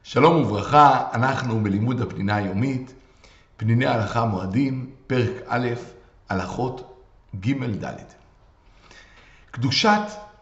שלום וברכה, אנחנו בלימוד הפנינה היומית, פניני הלכה מועדים, פרק א', הלכות ג' ד'. קדושת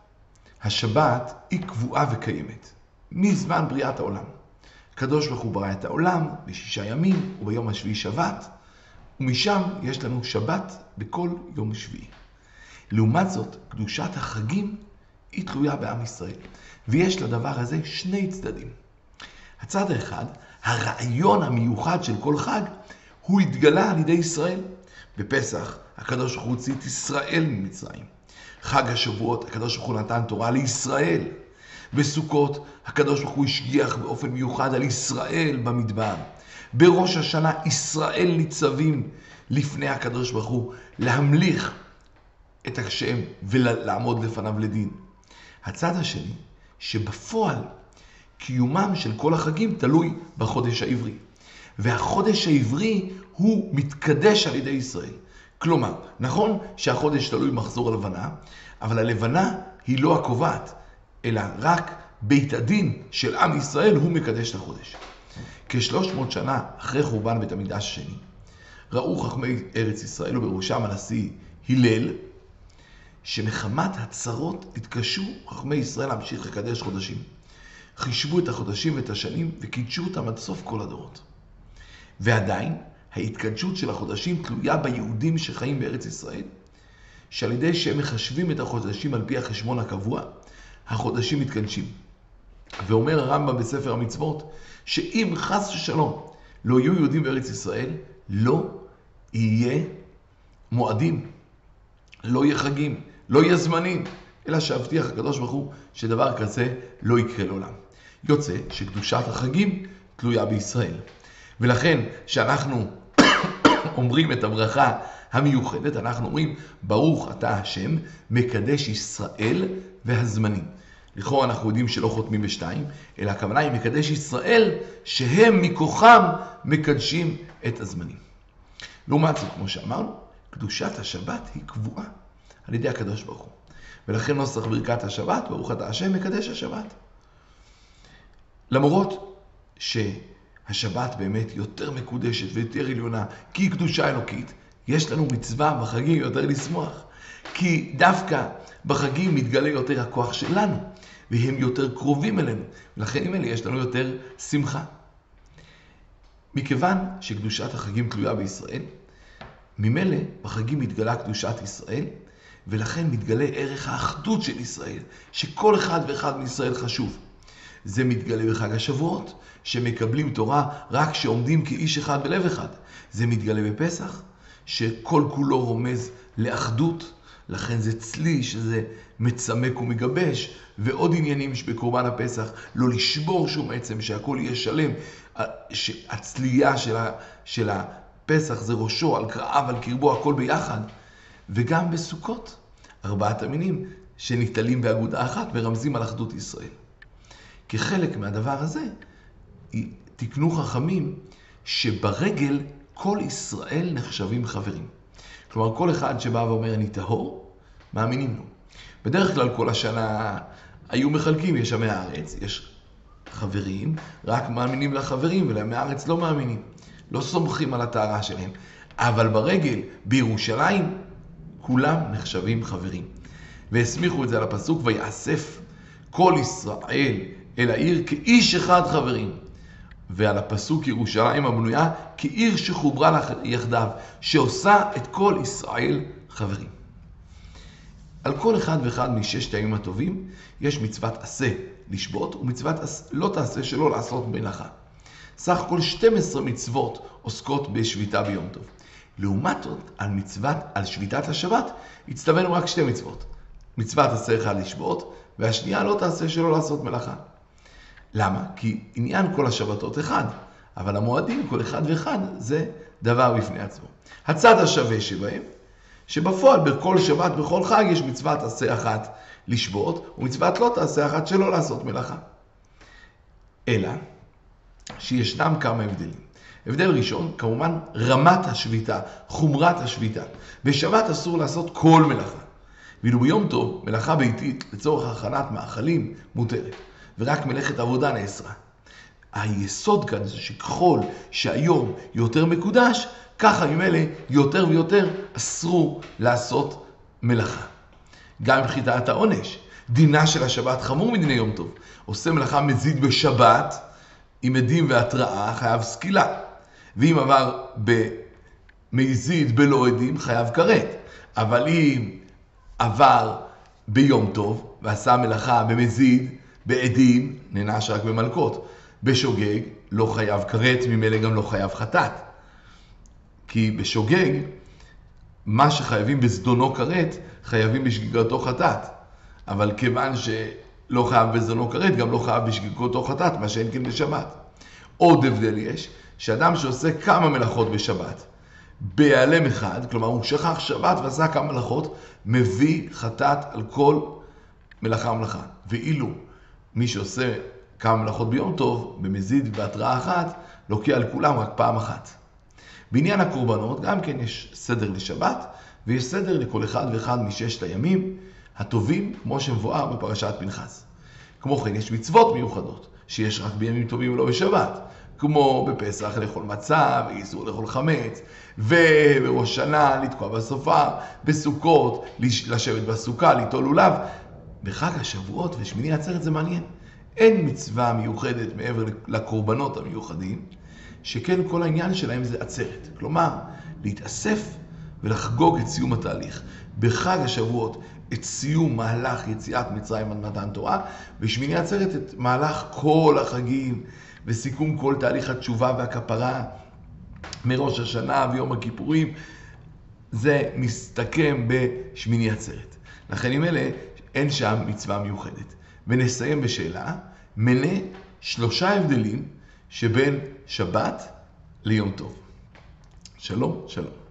השבת היא קבועה וקיימת, מזמן בריאת העולם. הקדוש ברוך הוא ברא את העולם ב6 ימים וביום השביעי שבת, ומשם יש לנו שבת בכל יום שביעי. לעומת זאת, קדושת החגים היא תלויה בעם ישראל, ויש לדבר הזה שני צדדים. הצד האחד, הרעיון המיוחד של כל חג, הוא התגלה על ידי ישראל. בפסח, הקדוש ברוך הוא הוציא את ישראל ממצרים. חג השבועות, הקדוש ברוך הוא נתן תורה לישראל. בסוכות, הקדוש ברוך הוא השגיח באופן מיוחד על ישראל במדבר. בראש השנה, ישראל ניצבים לפני הקדוש ברוך הוא להמליך את השם ולעמוד לפניו לדין. הצד השני, שבפועל, קיומם של כל החגים תלוי בחודש העברי. והחודש העברי הוא מתקדש על ידי ישראל. כלומר, נכון שהחודש תלוי מחזור הלבנה, אבל הלבנה היא לא הקובעת, אלא רק בית הדין של עם ישראל הוא מקדש את החודש. כ-300 שנה אחרי חורבן בית המקדש השני, ראו חכמי ארץ ישראל ובראשם הנשיא הלל, שמחמת הצרות התקשו חכמי ישראל להמשיך לקדש חודשים. חישבו את החודשים ואת השנים וקידשו אותם עד סוף כל הדורות. ועדיין, ההתקדשות של החודשים תלויה ביהודים שחיים בארץ ישראל, שעל ידי שהם מחשבים את החודשים על פי החשבון הקבוע, החודשים מתקדשים. ואומר הרמב"ם בספר המצוות, שאם חס ושלום לא יהיו יהודים בארץ ישראל, לא יהיה מועדים, לא יהיה חגים, לא יהיה זמנים, אלא שהבטיח הקדוש ברוך הוא שדבר כזה לא יקרה לעולם. יוצא שקדושת החגים תלויה בישראל. ולכן שאנחנו אומרים את הברכה המיוחדת, אנחנו אומרים ברוך אתה השם מקדש ישראל והזמנים. לכאורה אנחנו יודעים שלא חותמים בשתיים, אלא הכוונה היא מקדש ישראל שהם מכוחם מקדשים את הזמנים. לעומת זאת, כמו שאמרנו, קדושת השבת היא קבועה על ידי הקדוש ברוך הוא. ולכן נוסח ברכת השבת, ברוך אתה השם מקדש השבת. למרות שהשבת באמת יותר מקודשת ויותר עליונה, כי היא קדושה אלוקית, יש לנו מצווה בחגים יותר לשמוח. כי דווקא בחגים מתגלה יותר הכוח שלנו, והם יותר קרובים אלינו. ולכן עם אלה יש לנו יותר שמחה. מכיוון שקדושת החגים תלויה בישראל, ממילא בחגים מתגלה קדושת ישראל, ולכן מתגלה ערך האחדות של ישראל, שכל אחד ואחד מישראל חשוב. זה מתגלה בחג השבועות, שמקבלים תורה רק כשעומדים כאיש אחד בלב אחד. זה מתגלה בפסח, שכל כולו רומז לאחדות, לכן זה צלי שזה מצמק ומגבש, ועוד עניינים שבקורבן הפסח, לא לשבור שום עצם, שהכל יהיה שלם, שהצלייה של הפסח זה ראשו, על קרעיו, על קרבו, הכל ביחד. וגם בסוכות, 4 המינים שניטלים באגודה אחת מרמזים על אחדות ישראל. כחלק מהדבר הזה, תקנו חכמים שברגל כל ישראל נחשבים חברים. כלומר, כל אחד שבא ואומר אני טהור, מאמינים לו. בדרך כלל כל השנה היו מחלקים, יש עמי הארץ, יש חברים, רק מאמינים לחברים, ולעמי הארץ לא מאמינים. לא סומכים על הטהרה שלהם. אבל ברגל, בירושלים, כולם נחשבים חברים. והסמיכו את זה על הפסוק, ויאסף כל ישראל אל העיר כאיש אחד חברים. ועל הפסוק ירושלים הבנויה כעיר שחוברה יחדיו, שעושה את כל ישראל חברים. על כל אחד ואחד מששת הימים הטובים יש מצוות עשה לשבות ומצוות לא תעשה שלא לעשות מלאכה. סך כל 12 מצוות עוסקות בשביתה ביום טוב. לעומת זאת, על שביתת השבת הצטווינו רק 2 מצוות. מצוות עשה אחד לשבות, והשנייה לא תעשה שלא לעשות מלאכה. למה? כי עניין כל השבתות אחד, אבל המועדים כל אחד ואחד זה דבר בפני עצמו. הצד השווה שבהם, שבפועל בכל שבת, בכל חג יש מצוות עשה אחת לשבות, ומצוות לא תעשה אחת שלא לעשות מלאכה. אלא שישנם כמה הבדלים. הבדל ראשון, כמובן, רמת השביתה, חומרת השביתה. בשבת אסור לעשות כל מלאכה. ואילו ביום טוב, מלאכה ביתית לצורך הכנת מאכלים מותרת, ורק מלאכת עבודה נאסרה. היסוד כאן זה שככל שהיום יותר מקודש, ככה ממילא יותר ויותר אסרו לעשות מלאכה. גם מבחינת העונש, דינה של השבת חמור מדיני יום טוב. עושה מלאכה מזיד בשבת, עם עדים והתראה, חייב סקילה. ואם עבר במזיד בלא עדים, חייב כרת. אבל אם עבר ביום טוב, ועשה מלאכה במזיד, בעדים, נענש רק במלכות. בשוגג, לא חייב כרת, ממילא גם לא חייב חטאת. כי בשוגג, מה שחייבים בזדונו כרת, חייבים בשגיגתו חטאת. אבל כיוון שלא חייב בזדונו כרת, גם לא חייב בשגיגתו חטאת, מה שאין כן בשבת. עוד הבדל יש, שאדם שעושה כמה מלאכות בשבת, בהיעלם אחד, כלומר הוא שכח שבת ועשה כמה מלאכות, מביא חטאת על כל מלאכה ומלאכה. ואילו מי שעושה כמה מלאכות ביום טוב, במזיד ובהתראה אחת, לוקח על כולם רק פעם אחת. בעניין הקורבנות, גם כן יש סדר לשבת, ויש סדר לכל אחד ואחד מששת הימים הטובים, כמו שמבואר בפרשת פנחס. כמו כן, יש מצוות מיוחדות, שיש רק בימים טובים ולא בשבת, כמו בפסח לאכול מצה, ואיסור לאכול חמץ, ובראש שנה לתקוע בסופה, בסוכות, לשבת בסוכה, ליטול לולב. בחג השבועות ושמיני עצרת זה מעניין. אין מצווה מיוחדת מעבר לקורבנות המיוחדים, שכן כל העניין שלהם זה עצרת. כלומר, להתאסף ולחגוג את סיום התהליך. בחג השבועות את סיום מהלך יציאת מצרים עד מתן תורה, בשמיני עצרת את מהלך כל החגים וסיכום כל תהליך התשובה והכפרה מראש השנה ויום הכיפורים. זה מסתכם בשמיני עצרת. לכן עם אלה אין שם מצווה מיוחדת. ונסיים בשאלה, מנה 3 הבדלים שבין שבת ליום טוב. שלום, שלום.